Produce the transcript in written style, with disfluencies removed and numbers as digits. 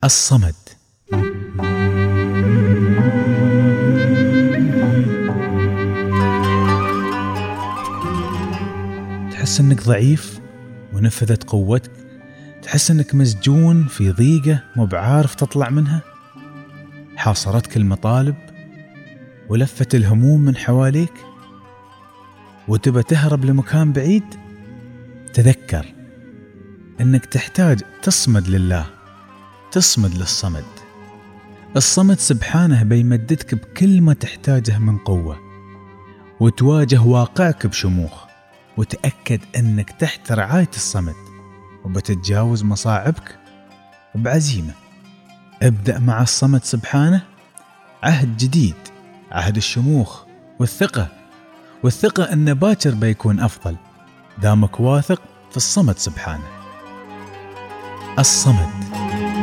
الصمد. تحس انك ضعيف ونفذت قوتك، تحس انك مسجون في ضيقة مو بعارف تطلع منها، حاصرتك المطالب ولفت الهموم من حواليك وتبى تهرب لمكان بعيد. تذكر انك تحتاج تصمد لله، تصمد للصمد. الصمد سبحانه بيمددك بكل ما تحتاجه من قوة، وتواجه واقعك بشموخ، وتأكد أنك تحت رعاية الصمد وبتتجاوز مصاعبك بعزيمة. ابدأ مع الصمد سبحانه عهد جديد، عهد الشموخ والثقة أن باكر بيكون أفضل دامك واثق في الصمد سبحانه. الصمد.